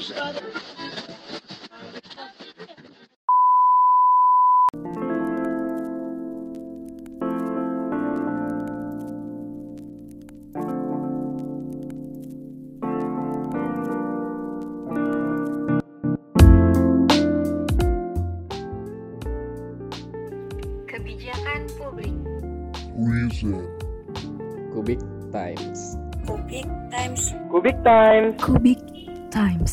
Kebijakan publik. Kubik Times. Kubik Times. Kubik Times. Kubik Times.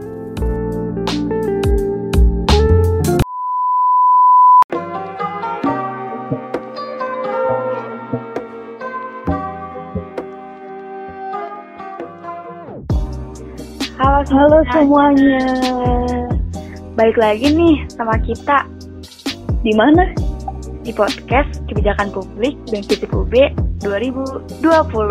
Halo semuanya. Balik lagi nih sama kita. Di mana? Di podcast Kebijakan Publik dan PTPUB 2020.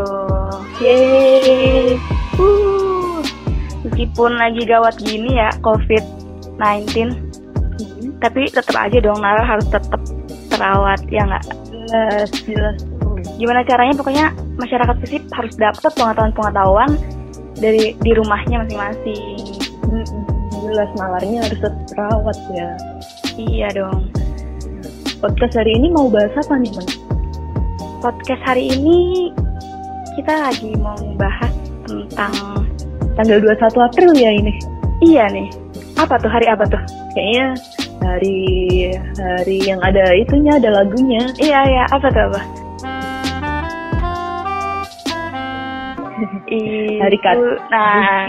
Yeay. Meskipun lagi gawat gini ya COVID-19, tapi tetap aja dong Nara harus tetap terawat, ya nggak? Jelas. Gimana caranya? Pokoknya masyarakat sih harus dapat pengetahuan dari di rumahnya masing-masing. Jelas, nalarnya harus tetap terawat ya. Iya dong. Podcast hari ini mau bahas apa nih, Man? Podcast hari ini kita lagi mau bahas tentang tanggal 21 April ya ini. Iya nih. Apa tuh? Hari apa tuh? Kayaknya hari yang ada itunya, ada lagunya. Iya, apa tuh apa? Hari Kartini. Nah,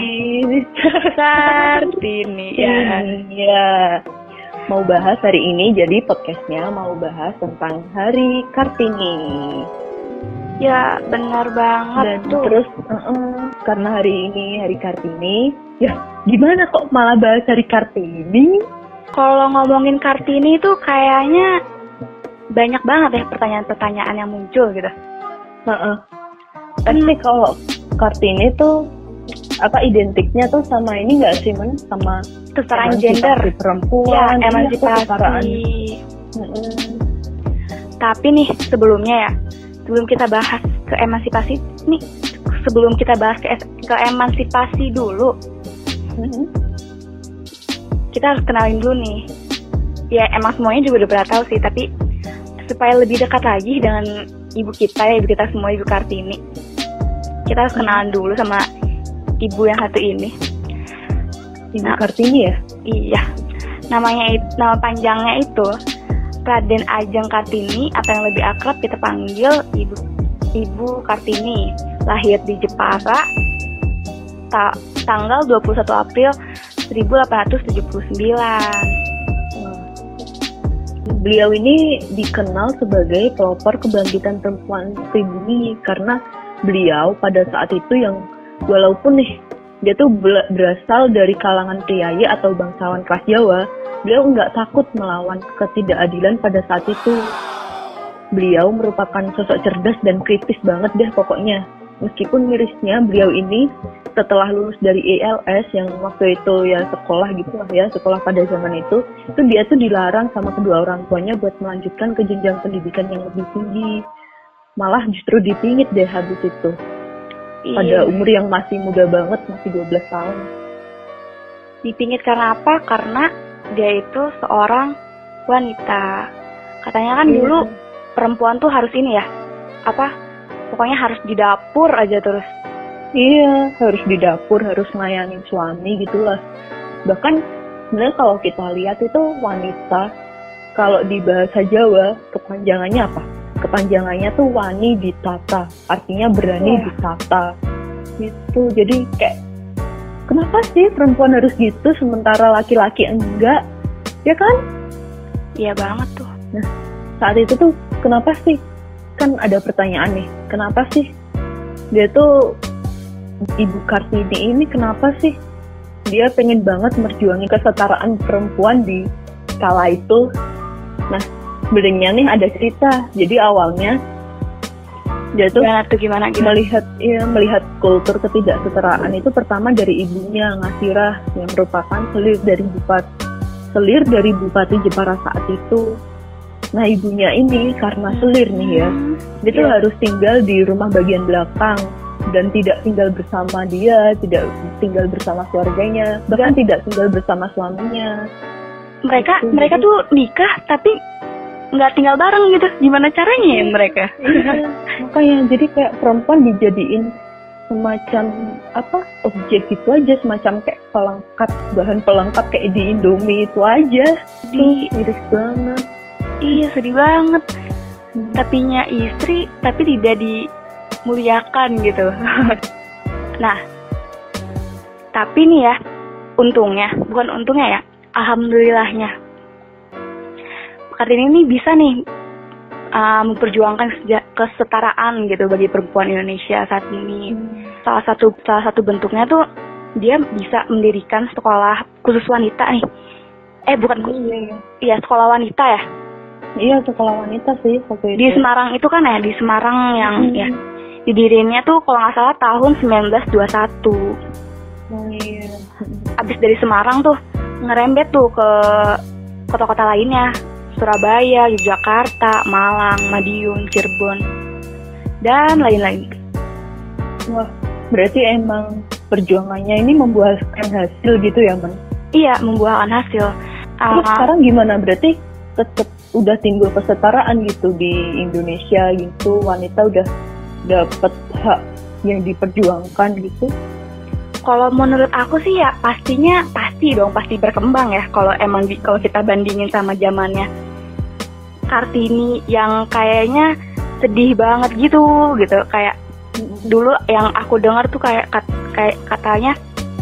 Kartini ya. Mau bahas hari ini, jadi podcastnya mau bahas tentang Hari Kartini. Ya, benar banget. Dan tuh. Terus karena hari ini Hari Kartini, ya gimana kok malah bahas Hari Kartini? Kalau ngomongin Kartini itu kayaknya banyak banget ya pertanyaan-pertanyaan yang muncul gitu. Tapi kalau Kartini tuh apa identiknya tuh sama ini nggak sih, Men? Sama kesetaraan gender, perempuan, ya, emansipasi. Tapi nih sebelum kita bahas ke emansipasi nih, sebelum kita bahas ke emansipasi dulu, kita harus kenalin dulu nih. Ya emang semuanya juga udah pernah tahu sih, tapi supaya lebih dekat lagi dengan ibu kita semua, Ibu Kartini, kita harus kenalan dulu sama ibu yang satu ini. Ibu Kartini ya? Iya. Nama panjangnya itu Raden Ajeng Kartini, atau yang lebih akrab kita panggil Ibu Kartini. Lahir di Jepara tanggal 21 April 1879. Beliau ini dikenal sebagai pelopor kebangkitan perempuan pribumi karena beliau pada saat itu yang walaupun nih dia tuh berasal dari kalangan priayi atau bangsawan kelas Jawa, beliau nggak takut melawan ketidakadilan pada saat itu. Beliau merupakan sosok cerdas dan kritis banget deh pokoknya. Meskipun mirisnya beliau ini setelah lulus dari ILS yang waktu itu ya sekolah gitu lah ya, sekolah pada zaman itu dia tuh dilarang sama kedua orang tuanya buat melanjutkan ke jenjang pendidikan yang lebih tinggi. Malah justru dipingit deh habis itu. Pada umur yang masih muda banget, masih 12 tahun. Dipingit karena apa? Karena dia itu seorang wanita. Katanya kan dulu perempuan tuh harus ini ya, pokoknya harus di dapur aja terus. Iya, harus di dapur, harus melayani suami gitulah. Bahkan sebenarnya kalau kita lihat itu wanita, kalau di bahasa Jawa kepanjangannya apa? Kepanjangannya tuh wani ditata, artinya berani ditata gitu. Jadi kayak kenapa sih perempuan harus gitu sementara laki-laki enggak, ya kan? Iya banget tuh. Nah saat itu tuh kenapa sih, kan ada pertanyaan nih, kenapa sih dia tuh Ibu Kartini ini, kenapa sih dia pengen banget merjuangin kesetaraan perempuan di kala itu? Nah sebenarnya nih ada cerita. Jadi awalnya dia tuh gimana? melihat kultur ketidaksetaraan itu pertama dari ibunya, Ngasirah, yang merupakan selir dari Bupati Jepara saat itu. Nah ibunya ini karena selir nih ya, dia tuh harus tinggal di rumah bagian belakang dan tidak tinggal bersama dia, tidak tinggal bersama keluarganya, bahkan tidak tinggal bersama suaminya. Mereka tuh nikah tapi nggak tinggal bareng gitu. Gimana caranya ya mereka? Iya, makanya jadi kayak perempuan dijadiin semacam objek gitu aja, semacam kayak bahan pelengkap kayak di Indomie itu aja. Miris banget. Iya, sedih banget. Tapinya istri tapi tidak dimuliakan gitu. Nah, tapi nih ya, bukan untungnya ya, alhamdulillahnya Kartini ini bisa nih memperjuangkan kesetaraan gitu bagi perempuan Indonesia saat ini. Salah satu bentuknya tuh dia bisa mendirikan sekolah khusus wanita nih. Sekolah wanita ya. Iya, sekolah wanita sih waktu itu. Di Semarang itu kan ya, di Semarang yang ya didirinya tuh kalau nggak salah tahun 1921. Oh iya. Abis dari Semarang tuh ngerembet tuh ke kota-kota lainnya. Surabaya, Yogyakarta, Malang, Madiun, Cirebon, dan lain-lain. Wah, berarti emang perjuangannya ini membuahkan hasil gitu ya, Man? Iya, membuahkan hasil. Terus sekarang gimana? Berarti tetap udah timbul kesetaraan gitu di Indonesia gitu, wanita udah dapat hak yang diperjuangkan gitu? Kalau menurut aku sih ya pasti berkembang ya. Kalau kita bandingin sama zamannya Kartini yang kayaknya sedih banget gitu. Kayak dulu yang aku dengar tuh kayak katanya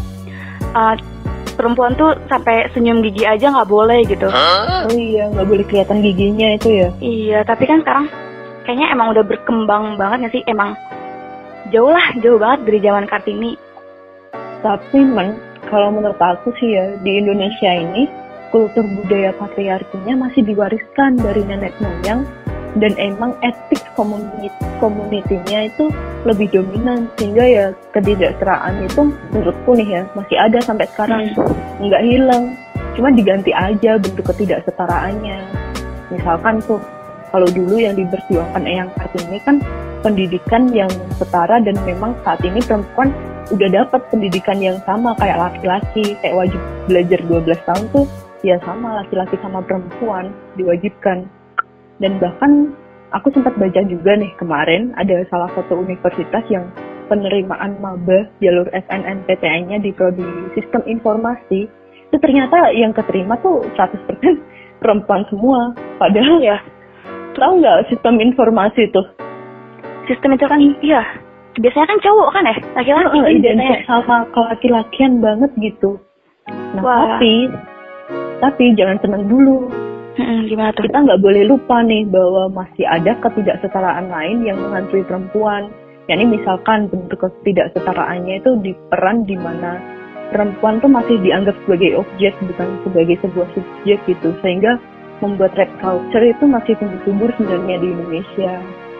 perempuan tuh sampai senyum gigi aja nggak boleh gitu. Oh iya, nggak boleh kelihatan giginya itu ya? Iya, tapi kan sekarang kayaknya emang udah berkembang banget nggak sih? Emang jauh banget dari zaman Kartini. Tapi kalau menurut aku sih ya, di Indonesia ini kultur budaya patriarkinya masih diwariskan dari nenek moyang, dan emang etik komunitinya itu lebih dominan, sehingga ya ketidaksetaraan itu menurutku nih ya masih ada sampai sekarang, nggak hilang, cuma diganti aja bentuk ketidaksetaraannya. Misalkan tuh kalau dulu yang diperjuangkan Eyang Kartini kan pendidikan yang setara, dan memang saat ini perempuan udah dapat pendidikan yang sama kayak laki-laki, kayak wajib belajar 12 tahun tuh ya sama, laki-laki sama perempuan diwajibkan. Dan bahkan aku sempat baca juga nih kemarin ada salah satu universitas yang penerimaan maba jalur SNMPTN-nya di prodi sistem informasi itu ternyata yang keterima tuh 100% perempuan semua. Padahal ya, tahu nggak sistem informasi tuh? Sistem itu kan iya biasanya kan cowok kan ya, laki-laki identik sama kelaki-lakian banget gitu. Nah, tapi jangan senang dulu. Gimana tuh? Kita nggak boleh lupa nih bahwa masih ada ketidaksetaraan lain yang menghantui perempuan. Yani misalkan bentuk ketidaksetaraannya itu di peran di mana perempuan tuh masih dianggap sebagai objek, bukan sebagai sebuah subjek gitu, sehingga membuat rape culture itu masih tumbuh-subur sebenarnya di Indonesia.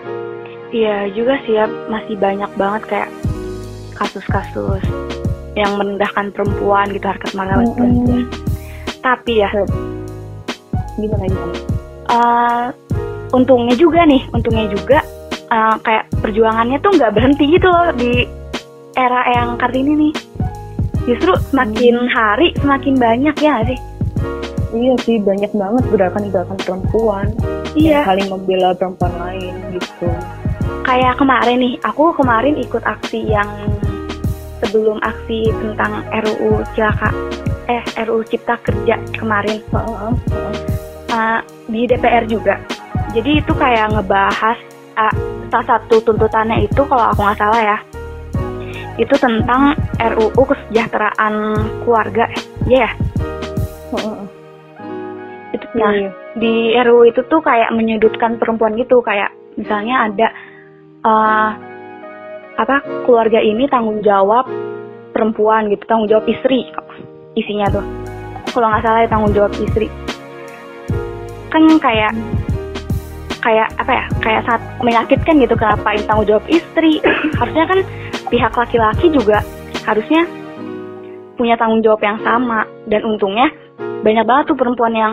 Iya juga sih ya, masih banyak banget kayak kasus-kasus yang merendahkan perempuan gitu, harkat martabat perempuan. Tapi ya gimana? Untungnya juga kayak perjuangannya tuh nggak berhenti gitu loh di era Eyang Kartini nih. Justru semakin hari semakin banyak ya nggak sih? Iya sih, banyak banget gerakan-gerakan perempuan yang saling membela perempuan lain gitu. Kayak kemarin nih, aku kemarin ikut aksi yang sebelum aksi tentang RUU Cipta Kerja kemarin di DPR juga. Jadi itu kayak ngebahas salah satu tuntutannya itu kalau aku nggak salah ya, itu tentang RUU kesejahteraan keluarga ya. Itu di RUU itu tuh kayak menyudutkan perempuan gitu, kayak misalnya ada keluarga ini tanggung jawab perempuan gitu, tanggung jawab istri isinya tuh, kalau nggak salah ya tanggung jawab istri. Kan kayak sangat menyakitkan gitu, kenapa ini tanggung jawab istri? Harusnya kan pihak laki-laki juga harusnya punya tanggung jawab yang sama. Dan untungnya banyak banget tuh perempuan yang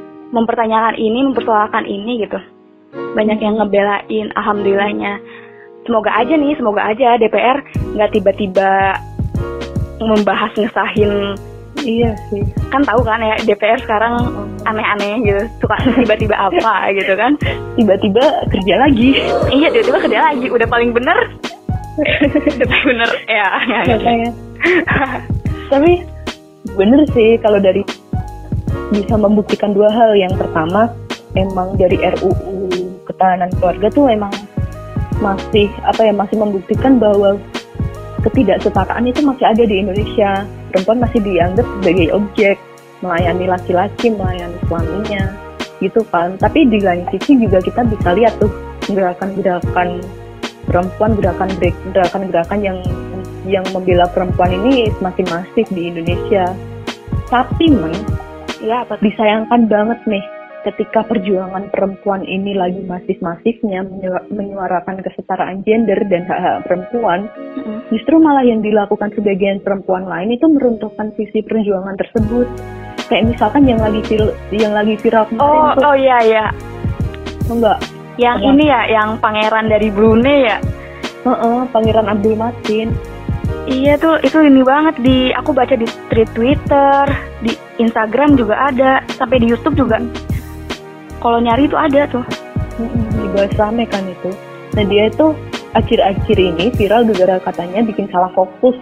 mempertanyakan ini, mempersoalkan ini gitu. Banyak yang ngebelain, alhamdulillahnya. semoga aja DPR nggak tiba-tiba membahas ngesahin. Iya sih. Kan tahu kan ya DPR sekarang aneh-aneh gitu, suka tiba-tiba apa gitu kan. Tiba-tiba kerja lagi. Iya, tiba-tiba kerja lagi, udah paling bener. Udah paling bener ya. Makanya. Tapi bener sih kalau dari bisa membuktikan dua hal. Yang pertama, emang dari RUU Ketahanan Keluarga tuh emang masih membuktikan bahwa ketidaksetaraan itu masih ada di Indonesia. Perempuan masih dianggap sebagai objek, melayani laki-laki, melayani suaminya, gitu kan. Tapi di lain sisi juga kita bisa lihat tuh gerakan-gerakan perempuan, gerakan-gerakan yang membela perempuan ini semakin masif di Indonesia. Tapi disayangkan banget nih ketika perjuangan perempuan ini lagi masif-masifnya menyuarakan kesetaraan gender dan hak-hak perempuan, justru malah yang dilakukan sebagian perempuan lain itu meruntuhkan visi perjuangan tersebut. Kayak misalkan yang lagi viral kemarin Oh iya. Enggak. Yang ini ya, yang pangeran dari Brunei ya. Pangeran Abdul Matin. Iya tuh, itu ini banget aku baca di Twitter, di Instagram juga ada, sampai di YouTube juga. Kalau nyari itu ada tuh. Dibahas rame kan itu. Nah dia itu akhir-akhir ini viral gara-gara katanya bikin salah fokus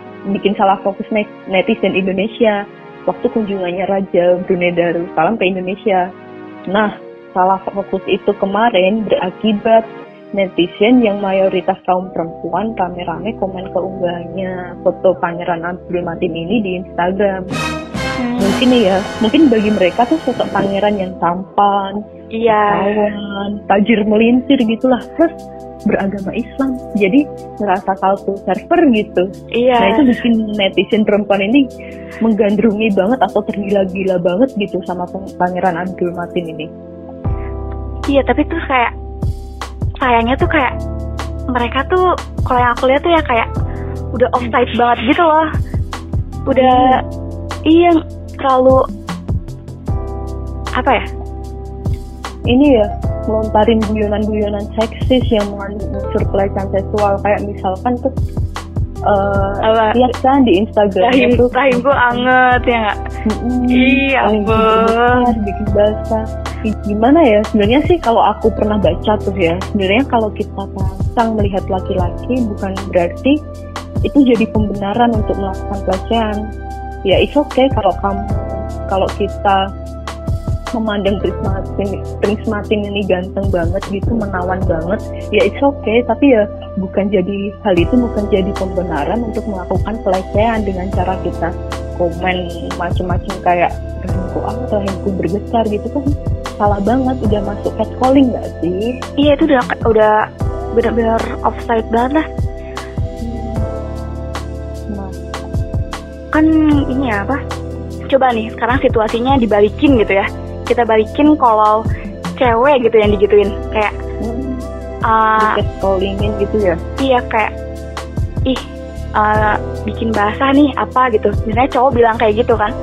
netizen Indonesia waktu kunjungannya Raja Brunei Darussalam ke Indonesia. Nah, salah fokus itu kemarin berakibat netizen yang mayoritas kaum perempuan rame-rame komen ke unggahannya foto Pangeran Abdul Matin ini di Instagram. Mungkin bagi mereka tuh sosok pangeran yang tampan, kawan, tajir melintir gitulah, terus beragama Islam, jadi ngerasa salto server gitu. Iya. Nah itu bikin netizen perempuan ini menggandrungi banget atau tergila-gila banget gitu sama Pangeran Abdul Matin ini. Iya, tapi tuh kayak sayangnya tuh kayak mereka tuh kalau yang aku lihat tuh ya kayak udah offside banget gitu loh. Udah iya terlalu apa ya? Ini ya melontarin guyonan-guyonan seksis yang mengandung unsur pelecehan seksual, kayak misalkan tuh lihat kan di Instagram itu rahim gue anget ya nggak? Iya ampun, bikin basah. Gimana ya sebenarnya sih kalau aku pernah baca tuh ya, sebenarnya kalau kita pasang melihat laki-laki bukan berarti itu jadi pembenaran untuk melakukan pelecehan. Ya it's okay kalau kita memandang Prince Martin ini ganteng banget gitu, menawan banget, ya it's okay, tapi ya hal itu bukan jadi pembenaran untuk melakukan pelecehan dengan cara kita komen macam-macam kayak rahimku bergetar gitu kan salah banget, udah masuk catcalling nggak sih? Iya itu udah benar-benar offside banget lah. Kan ini apa? Coba nih sekarang situasinya dibalikin gitu ya. Kita balikin kalau cewek gitu yang digituin kayak catcallingin gitu ya. Iya kayak bikin basah nih apa gitu. Misalnya cowok bilang kayak gitu kan.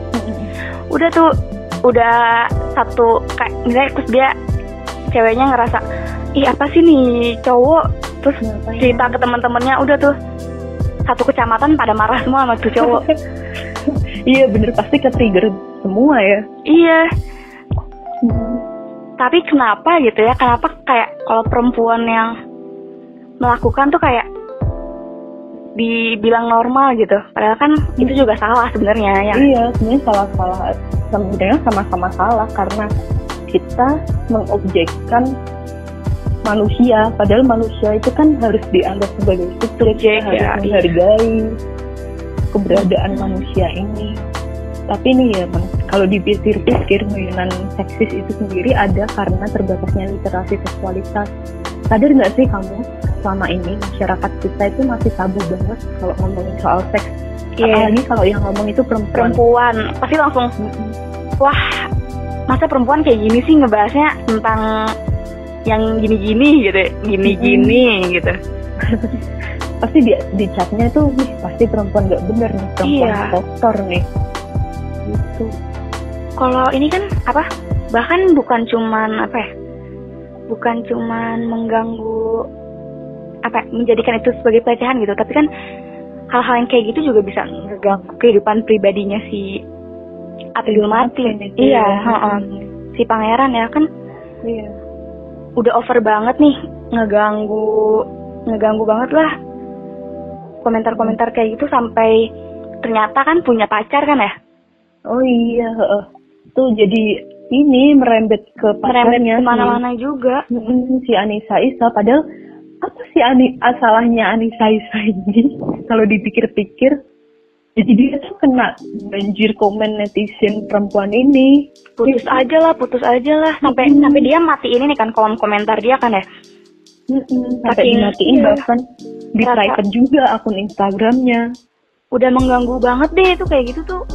Udah satu kayak misalnya terus dia ceweknya ngerasa apa sih nih cowok, terus cerita ke teman-temannya, udah tuh satu kecamatan pada marah semua sama tuh cowok. Iya bener, pasti ke-trigger semua ya. Iya. Tapi kenapa gitu ya, kenapa kayak kalau perempuan yang melakukan tuh kayak dibilang normal gitu, padahal kan itu juga salah sebenarnya ya. Iya, sebenarnya sebenarnya sama-sama salah karena kita mengobjekkan manusia, padahal manusia itu kan harus dianggap sebagai subjek, harus menghargai keberadaan manusia ini. Tapi ini ya, kalau dipikir-pikir guyonan seksis itu sendiri ada karena terbatasnya literasi seksualitas. Sadar nggak sih kamu, selama ini masyarakat kita itu masih tabu banget kalau ngomongin soal seks. Apalagi kalau yang ngomong itu perempuan pasti langsung wah, masa perempuan kayak gini sih ngebahasnya tentang yang gini-gini gitu, gini-gini gitu. Pasti di chatnya itu pasti perempuan nggak bener nih, perempuan kotor nih gitu. Kalau ini kan apa, bahkan bukan cuman mengganggu menjadikan itu sebagai pelecehan gitu. Tapi kan hal-hal yang kayak gitu juga bisa ngeganggu kehidupan pribadinya si Abdul Matin. Iya, si pangeran ya kan. Iya. Udah over banget nih, ngeganggu banget lah. Komentar-komentar kayak gitu sampai ternyata kan punya pacar kan ya? Oh iya, tuh jadi ini merembet ke pacarnya, kemana-mana juga. Si Anissa Isa. Padahal apa sih salahnya Anissa Isa ini? Kalau dipikir-pikir, jadi dia tuh kena banjir komen netizen perempuan ini. Putus aja lah. Sampai dia matiin ini kan kolom komentar dia kan ya? Sampai dimatiin, bahkan di private juga akun Instagramnya. Udah mengganggu banget deh itu kayak gitu tuh.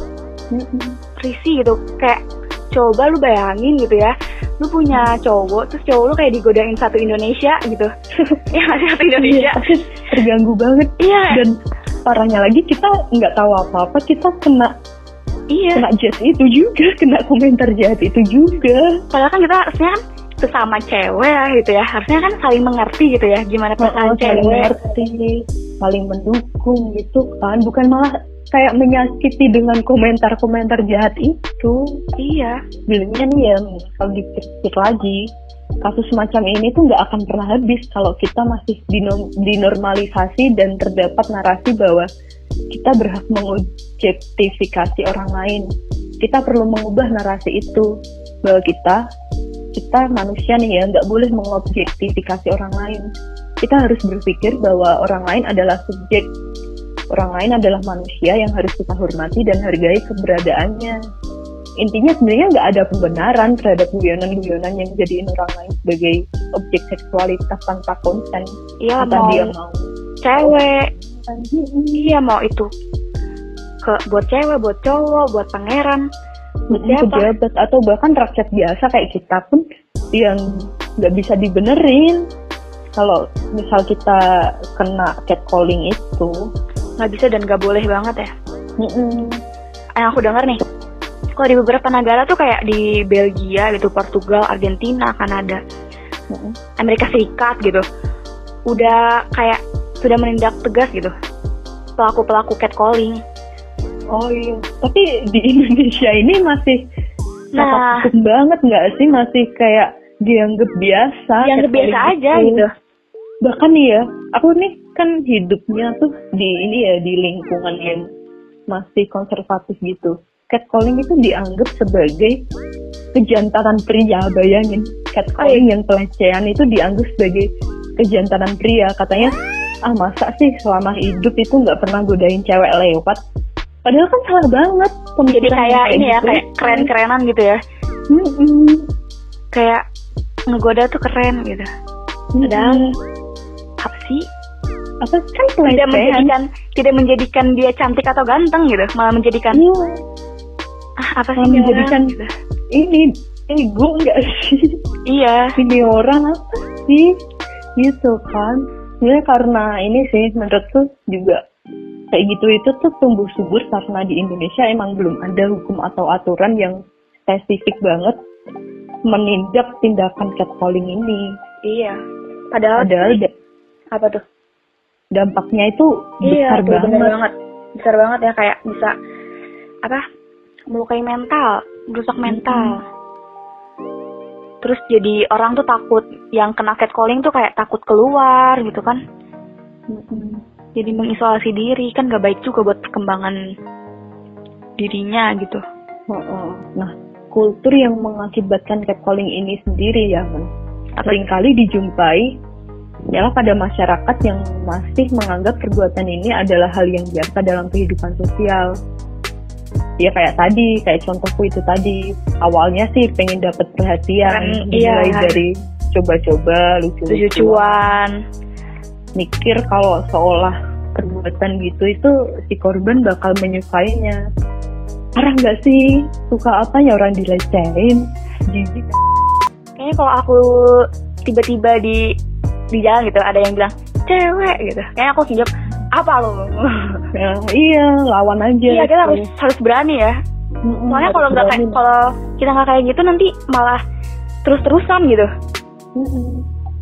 Risih gitu. Kayak coba lu bayangin gitu ya, lu punya cowok, terus cowok lu kayak digodain satu Indonesia gitu. Ya satu Indonesia. Terganggu banget. Iya. Dan parahnya lagi kita nggak tahu apa-apa, kita kena jahat itu juga, kena komentar jahat itu juga. Padahal kan kita harusnya kan sesama cewek ya gitu ya, harusnya kan saling mengerti gitu ya, gimana perasaan cewek. Mengerti, saling mendukung gitu kan, bukan malah kayak menyakiti dengan komentar-komentar jahat itu. Iya. Sebenarnya nih ya, kalau dipikir lagi, kasus semacam ini tuh nggak akan pernah habis kalau kita masih dinormalisasi dan terdapat narasi bahwa kita berhak mengobjektifikasi orang lain. Kita perlu mengubah narasi itu bahwa kita manusia nih ya, nggak boleh mengobjektifikasi orang lain. Kita harus berpikir bahwa orang lain adalah subjek. Orang lain adalah manusia yang harus kita hormati dan hargai keberadaannya. Intinya sebenarnya nggak ada pembenaran terhadap guyonan-guyonan yang jadiin orang lain sebagai objek seksualitas tanpa konsen. Iya, entah dia mau cewek, iya mau itu buat cewek, buat cowok, buat pangeran, buat pejabat, atau bahkan rakyat biasa kayak kita pun yang nggak bisa dibenerin. Kalau misal kita kena catcalling itu nggak bisa dan nggak boleh banget ya. Yang aku dengar nih, kalau di beberapa negara tuh kayak di Belgia gitu, Portugal, Argentina, Kanada, Amerika Serikat gitu, udah kayak sudah menindak tegas gitu pelaku catcalling. Oh iya, tapi di Indonesia ini masih takut banget nggak sih? Masih kayak dianggap biasa. Dianggap biasa aja gitu. Bahkan nih ya, aku nih kan hidupnya tuh di lingkungan yang masih konservatif gitu. Catcalling itu dianggap sebagai kejantanan pria, bayangin. Catcalling yang pelecehan itu dianggap sebagai kejantanan pria. Katanya, masa sih selama hidup itu nggak pernah godain cewek lewat. Padahal kan salah banget. Jadi kayak ini ya, kayak keren-kerenan gitu ya. Kayak ngegoda tuh keren gitu. Padahal apa sih? Apa kan pelecehan? Tidak menjadikan dia cantik atau ganteng gitu, malah menjadikan apa sih menjadikan gitu. Ini ego nggak sih? Iya. Ini orang apa sih? Gitu kan. Sebenarnya karena ini sih menurutku juga kayak gitu itu tuh tumbuh subur karena di Indonesia emang belum ada hukum atau aturan yang spesifik banget menindak tindakan catcalling ini. Iya. Padahal apa tuh? Dampaknya itu besar banget. Besar banget ya, kayak bisa melukai mental, merusak mental. Terus jadi orang tuh takut, yang kena catcalling tuh kayak takut keluar gitu kan. Jadi mengisolasi diri, kan gak baik juga buat perkembangan dirinya gitu. Nah, kultur yang mengakibatkan catcalling ini sendiri ya, seringkali dijumpai ialah pada masyarakat yang masih menganggap perbuatan ini adalah hal yang biasa dalam kehidupan sosial. Ya kayak contohku itu tadi, awalnya sih pengen dapat perhatian, mulai dari coba-coba lucu-lucuan, mikir kalau seolah perbuatan gitu itu si korban bakal menyukainya. Parah nggak sih? Suka apanya orang dilecehin? Jijik. Kayaknya kalau aku tiba-tiba di jalan gitu ada yang bilang cewek gitu, kayaknya aku jawab apa lo? Ya, iya, lawan aja. Iya, kita harus berani ya. Soalnya kalau kita nggak kayak gitu nanti malah terus-terusan gitu.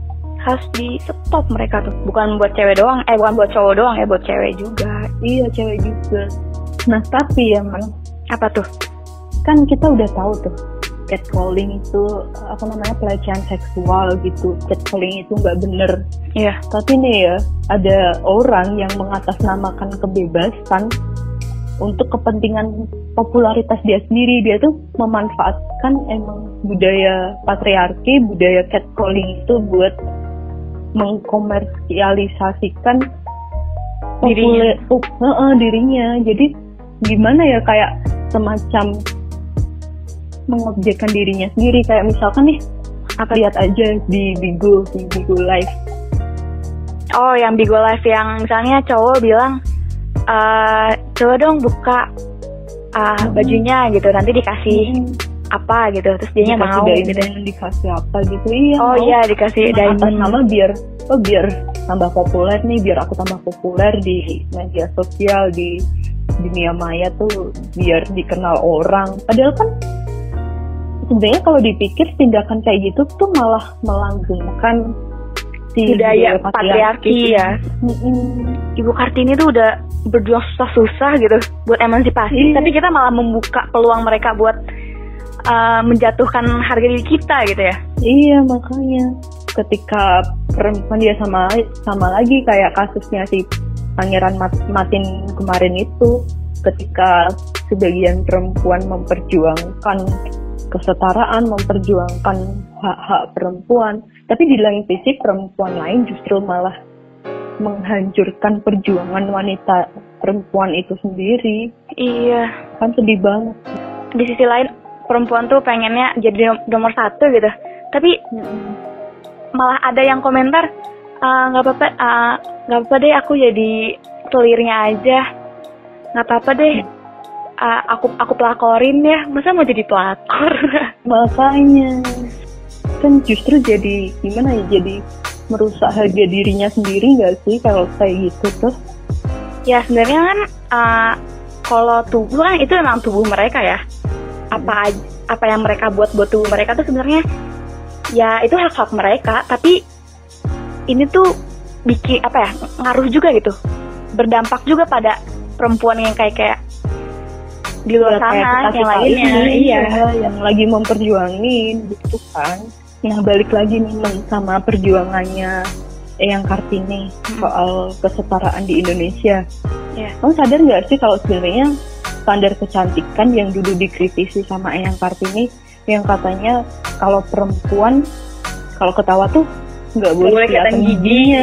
harus di stop mereka tuh. Bukan buat cewek doang, bukan buat cowok doang ya, buat cewek juga. Iya, cewek juga. Nah, tapi ya, Man, Apa tuh? kan kita udah tahu tuh catcalling itu pelecehan seksual gitu. Catcalling itu nggak bener. Iya. Tapi nih ya, ada orang yang mengatasnamakan kebebasan untuk kepentingan popularitas dia sendiri. Dia tuh memanfaatkan emang budaya patriarki, budaya catcalling itu buat mengkomersialisasikan dirinya. Jadi gimana ya, kayak semacam mengobjekkan dirinya sendiri. Kayak misalkan nih, lihat aja di Bigo Live. Oh, yang Bigo Live yang misalnya cowok bilang, coba dong buka bajunya gitu, nanti dikasih apa gitu, terus dianya mau gitu. Dikasih apa gitu, iya. Oh mau. iya, dikasih atas diamond. nama biar tambah populer nih, biar aku tambah populer di media sosial, di dunia maya tuh, biar dikenal orang. Padahal kan sebenarnya kalau dipikir tindakan kayak gitu tuh malah melanggengkan si budaya patriarki ya. Ibu Kartini tuh udah berjuang susah-susah gitu buat emansipasi, tapi kita malah membuka peluang mereka buat menjatuhkan harga diri kita gitu ya. Iya, makanya ketika perempuan dia sama lagi kayak kasusnya si Pangeran Martin kemarin itu, ketika sebagian perempuan memperjuangkan kesetaraan, memperjuangkan hak-hak perempuan, tapi di lain sisi perempuan lain justru malah menghancurkan perjuangan wanita perempuan itu sendiri. Iya, kan sedih banget. Di sisi lain perempuan tuh pengennya jadi nomor satu gitu, tapi malah ada yang komentar, nggak apa-apa deh aku jadi selirnya aja, nggak apa-apa deh aku pelakorin ya, masa mau jadi pelakor. Makanya kan justru jadi gimana ya, jadi merusak harga dirinya sendiri nggak sih kalau kayak gitu tuh? Ya sebenarnya kan kalau tubuh kan itu memang tubuh mereka ya, apa yang mereka buat tubuh mereka tuh sebenarnya ya itu hak mereka, tapi ini tuh bikin ngaruh juga gitu, berdampak juga pada perempuan yang kayak di luar sana yang lainnya. Iya, yang lagi memperjuangin gitu kan. Nah, balik lagi nih sama perjuangannya Eyang Kartini soal kesetaraan di Indonesia. Kamu sadar nggak sih kalau sebenarnya standar kecantikan yang dulu dikritisi sama Eyang Kartini, yang katanya kalau perempuan kalau ketawa tuh nggak boleh kelihatan giginya,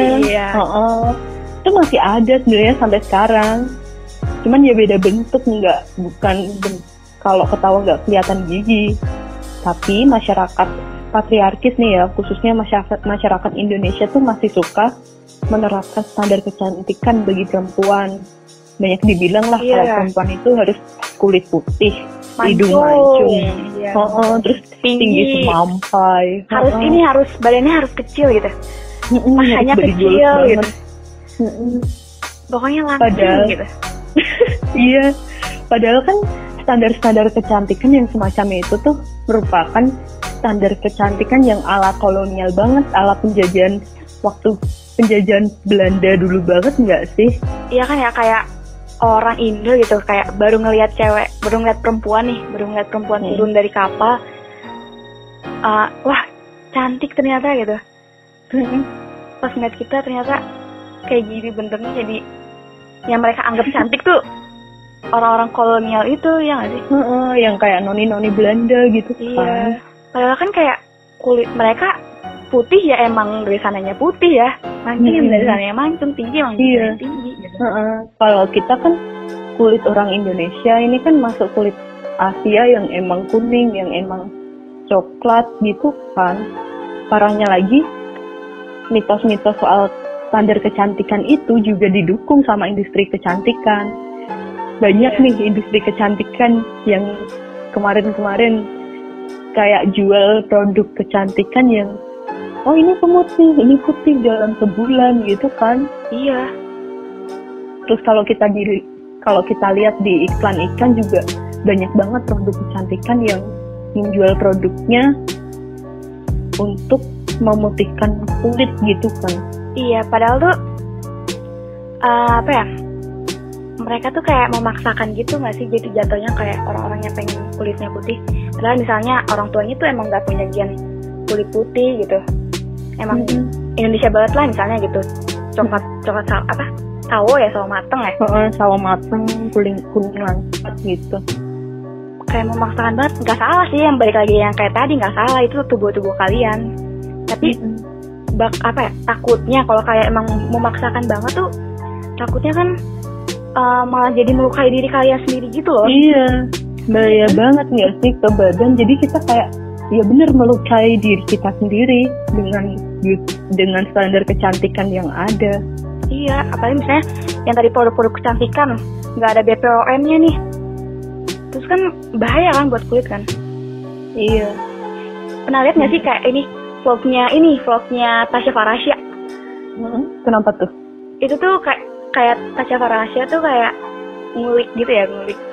itu masih ada sebenarnya sampai sekarang. Cuman ya beda bentuk, bukan kalau ketawa nggak kelihatan gigi. Tapi masyarakat patriarkis nih ya, khususnya masyarakat Indonesia tuh masih suka menerapkan standar kecantikan bagi perempuan. Banyak dibilang lah kalau perempuan itu harus kulit putih, hidung mancung, terus tinggi semampai, harus badannya harus kecil gitu, pahanya kecil gitu, pokoknya langsung gitu. Iya, padahal kan standar-standar kecantikan yang semacam itu tuh merupakan standar kecantikan yang ala kolonial banget, ala penjajahan, waktu penjajahan Belanda dulu banget nggak sih? Iya kan ya, kayak orang Indo gitu, kayak baru ngelihat perempuan turun dari kapal, wah cantik ternyata gitu. Pas ngeliat kita ternyata kayak gini bentuknya, jadi yang mereka anggap cantik tuh orang-orang kolonial itu, ya nggak sih? Yang kayak noni-noni Belanda gitu. Iya. Padahal kan kayak kulit mereka putih ya, emang dari sananya putih ya, mancung dari sananya mancung, tinggi emang dari tinggi. Gitu. Kalau kita kan kulit orang Indonesia ini kan masuk kulit Asia yang emang kuning, yang emang coklat gitu kan. Parahnya lagi, mitos-mitos soal standar kecantikan itu juga didukung sama industri kecantikan. Banyak nih industri kecantikan yang kemarin-kemarin kayak jual produk kecantikan yang ini putih dalam sebulan gitu kan. Iya. Terus kalau kita lihat di iklan-iklan juga banyak banget produk kecantikan yang menjual produknya untuk memutihkan kulit gitu kan. Iya, padahal tuh apa ya? Mereka tuh kayak memaksakan gitu nggak sih? Jadi jatuhnya kayak orang-orang yang pengen kulitnya putih. Padahal misalnya orang tuanya tuh emang nggak punya gen kulit putih gitu. Emang Indonesia banget lah misalnya gitu. Coklat sawo ya, sawo mateng ya. Sawo mateng, kuning langsat gitu. Kayak memaksakan banget. Nggak salah sih, yang balik lagi yang kayak tadi nggak salah, itu tubuh kalian. Tapi takutnya kalau kayak emang memaksakan banget tuh, takutnya kan malah jadi melukai diri kalian sendiri gitu loh. Iya, bahaya banget nggak sih ke badan. Jadi kita kayak ya bener melukai diri kita sendiri dengan standar kecantikan yang ada. Iya, apalagi misalnya yang tadi produk-produk kecantikan nggak ada BPOM-nya nih, terus kan bahaya kan buat kulit kan. Iya. Pernah lihat nggak sih kayak vlognya Tasya Farahsya? Kenapa tuh? Itu tuh kayak Tasya Farahsya tuh kayak ngulik gitu ya,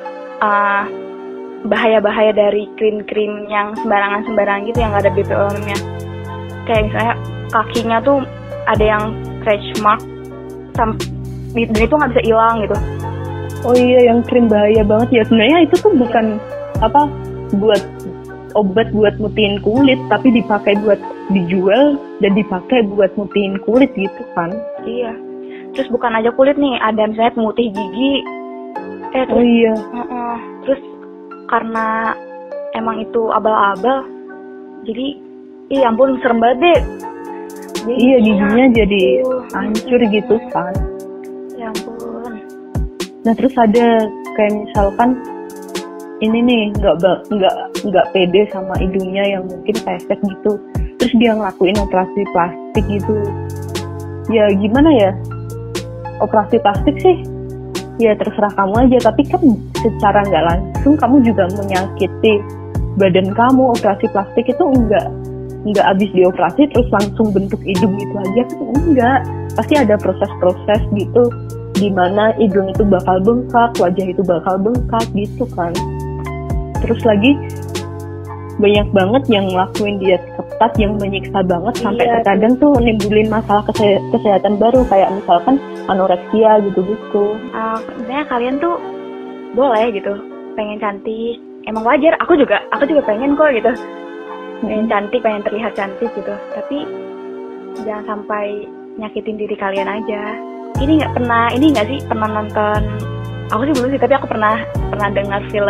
bahaya-bahaya dari krim-krim yang sembarangan gitu yang nggak ada BPOM-nya. Kayak misalnya kakinya tuh ada yang stretch mark, dan itu nggak bisa hilang gitu. Oh iya, yang krim bahaya banget ya. Sebenarnya itu tuh bukan buat obat buat mutihin kulit, tapi dipakai buat dijual dan dipakai buat mutihin kulit gitu kan. Iya. Terus bukan aja kulit nih, ada misalnya pemutih gigi. Oh iya. Terus karena emang itu abal-abal, jadi ya ampun serem banget deh. Jadi, iya, giginya jadi hancur gitu kan. Ya ampun. Nah terus ada kayak misalkan ini nih nggak pede sama hidungnya yang mungkin pesek gitu, terus dia ngelakuin operasi plastik gitu. Ya gimana ya, operasi plastik sih ya terserah kamu aja, tapi kan secara nggak langsung kamu juga menyakiti badan kamu. Operasi plastik itu nggak habis dioperasi terus langsung bentuk hidung gitu aja kan, enggak, pasti ada proses-proses gitu dimana hidung itu bakal bengkak, wajah itu bakal bengkak gitu kan. Terus lagi banyak banget yang ngelakuin diet ketat yang menyiksa banget, sampai terkadang tuh nimbulin masalah kesehatan baru kayak misalkan anoreksia gitu-gitu. Sebenarnya kalian tuh boleh gitu pengen cantik, emang wajar. Aku juga pengen kok gitu, pengen cantik, pengen terlihat cantik gitu. Tapi jangan sampai nyakitin diri kalian aja. Ini nggak sih pernah nonton? Aku sih belum sih, tapi aku pernah dengar film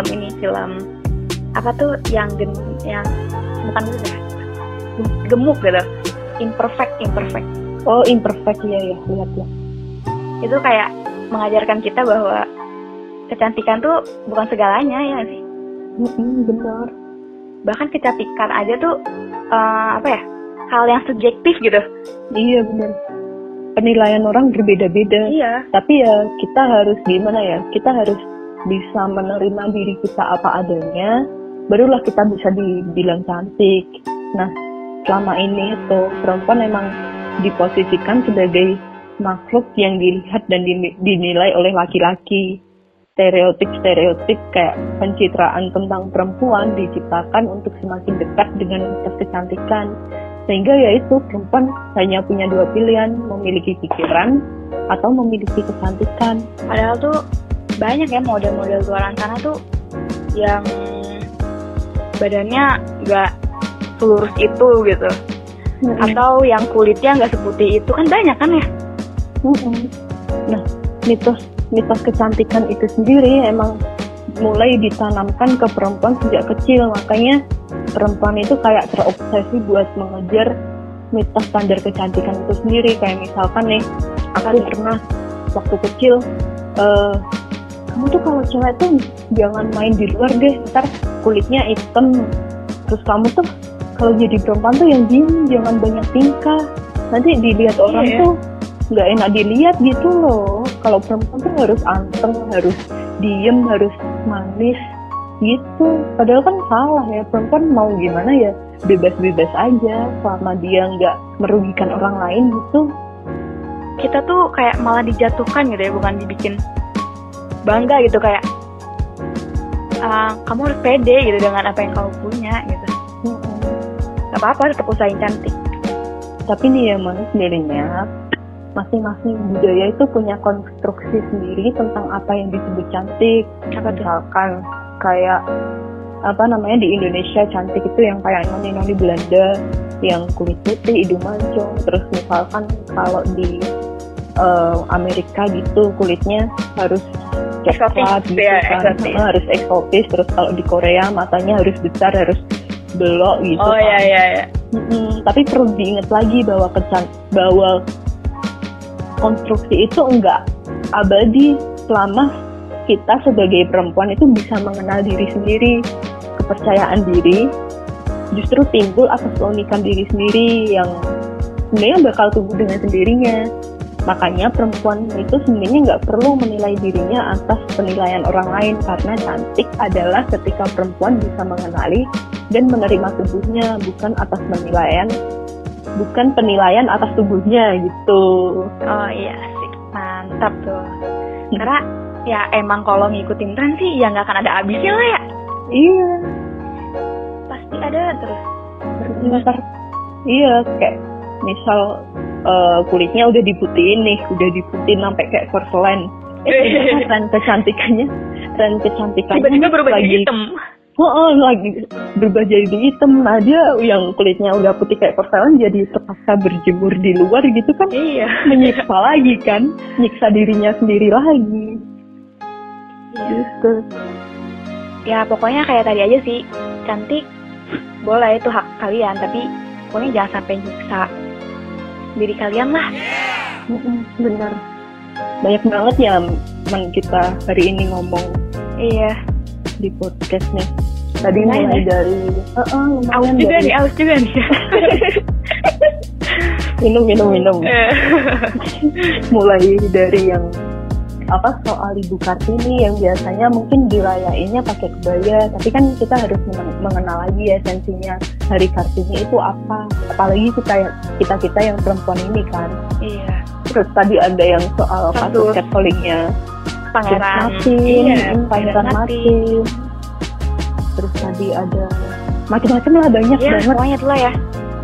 apa tuh yang bukan gitu ya, gemuk gitu, imperfect. Oh imperfect, ya lihat ya. Itu kayak mengajarkan kita bahwa kecantikan tuh bukan segalanya, ya nggak sih? Benar. Bahkan kecantikan aja tuh hal yang subjektif gitu. Iya benar. Penilaian orang berbeda-beda. Iya. Tapi ya kita harus gimana ya? Kita harus bisa menerima diri kita apa adanya, barulah kita bisa dibilang cantik. Nah, selama ini tuh perempuan memang diposisikan sebagai makhluk yang dilihat dan dinilai oleh laki-laki. Stereotip kayak pencitraan tentang perempuan diciptakan untuk semakin dekat dengan mitos kecantikan. Sehingga yaitu perempuan hanya punya dua pilihan, memiliki pikiran atau memiliki kecantikan. Padahal tuh banyak ya model-model luar sana tuh yang badannya nggak selurus itu gitu, atau yang kulitnya nggak seputih itu, kan banyak kan ya. Nah, mitos kecantikan itu sendiri emang mulai ditanamkan ke perempuan sejak kecil, makanya perempuan itu kayak terobsesi buat mengejar mitos standar kecantikan itu sendiri. Kayak misalkan nih, aku pernah waktu kecil, kamu tuh kalau cewek tuh jangan main di luar deh, ntar kulitnya hitam. Terus kamu tuh kalau jadi perempuan tuh yang diem, jangan banyak tingkah, nanti dilihat orang tuh nggak enak dilihat gitu loh. Kalau perempuan tuh harus anteng, harus diem, harus manis gitu. Padahal kan salah ya, perempuan mau gimana ya, bebas-bebas aja selama dia nggak merugikan orang lain gitu. Kita tuh kayak malah dijatuhkan gitu ya, bukan dibikin bangga gitu, kayak kamu harus pede gitu dengan apa yang kamu punya gitu. Gak apa-apa, tetap usahain cantik. Tapi nih ya Mas, sebenarnya masing-masing budaya itu punya konstruksi sendiri tentang apa yang disebut cantik. Misalkan kayak di Indonesia cantik itu yang kayak noni-noni Belanda yang kulit putih, hidung mancung. Terus misalkan kalau di Amerika gitu kulitnya harus coklat gitu kan, harus eksotis. Terus kalau di Korea matanya harus besar, harus belok gitu. Oh kan. iya. Tapi perlu diingat lagi bahwa konstruksi itu enggak abadi selama kita sebagai perempuan itu bisa mengenal diri sendiri. Kepercayaan diri justru timbul atas keunikan diri sendiri yang sebenarnya bakal tumbuh dengan sendirinya. Makanya perempuan itu sebenarnya nggak perlu menilai dirinya atas penilaian orang lain, karena cantik adalah ketika perempuan bisa mengenali dan menerima tubuhnya, bukan penilaian atas tubuhnya gitu. Oh iya sih, mantap tuh. Karena ya emang kalau ngikutin tren sih ya nggak akan ada habisnya lah ya. Iya. Pasti ada terus. Bentar. Iya, kayak misal kulitnya udah diputihin sampai kayak porselen. Tren kecantikannya tiba-tiba berubah jadi hitam. Lagi berubah jadi hitam. Nah dia yang kulitnya udah putih kayak porselen jadi terpaksa berjemur di luar gitu kan. Iya. Menyiksa lagi kan, nyiksa dirinya sendiri lagi. Gitu. Ya pokoknya kayak tadi aja sih, cantik boleh itu hak kalian, tapi pokoknya jangan sampai nyiksa diri kalian lah. Bener. Banyak banget ya kita hari ini ngomong. Iya. Di podcast nih. Tadi mulai dari aus juga nih. minum. Mulai dari yang soal Ibu Kartini yang biasanya mungkin dirayainnya pakai kebaya, tapi kan kita harus mengenal lagi esensinya Hari Kartini itu apa, apalagi kita yang perempuan ini kan. Iya. Terus tadi ada yang soal kasus catcallingnya Pangeran Martin. Terus tadi ada macam-macam lah, banyak banget. Semuanya itulah ya.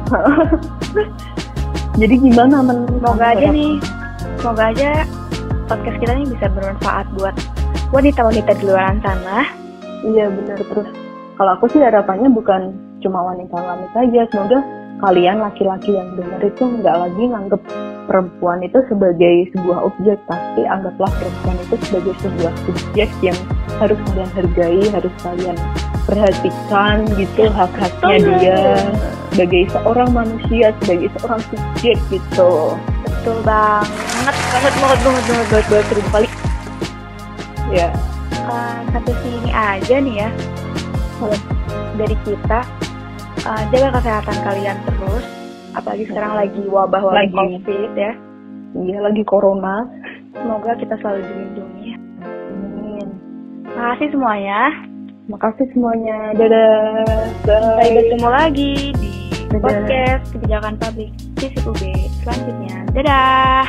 Jadi gimana Semoga aja podcast kita ini bisa bermanfaat buat wanita-wanita di luar sana. Iya benar. Terus kalau aku sih harapannya bukan cuma wanita-wanita aja, semoga kalian laki-laki yang dengar itu nggak lagi nganggep perempuan itu sebagai sebuah objek, tapi anggaplah perempuan itu sebagai sebuah subjek yang harus kalian hargai, harus kalian perhatikan gitu, hak-haknya dia sebagai seorang manusia, sebagai seorang subjek gitu. Betul banget 1000 kali. Ya. Sampai sini aja nih ya dari kita. Jaga kesehatan kalian terus, apalagi sekarang lagi wabah COVID ya. Iya, lagi corona. Semoga kita selalu dilindungi. Amin. Makasih semuanya. Dadah. Sampai bertemu lagi di podcast Kebijakan Publik FISIP UB selanjutnya. Dadah.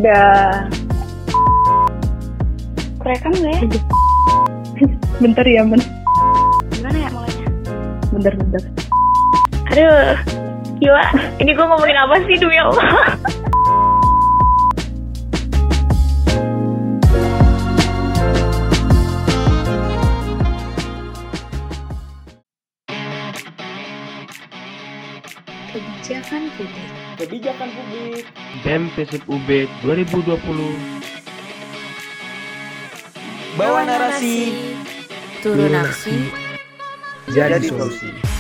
Rekam nggak ya? Bentar ya, Gimana ya mulainya? Bentar. Aduh, gila. Ini gue ngomongin apa sih, demi Allah? Kebijakan publik. BEM FISIP UB 2020. Bawa narasi. Turun aksi. Jadi solusi.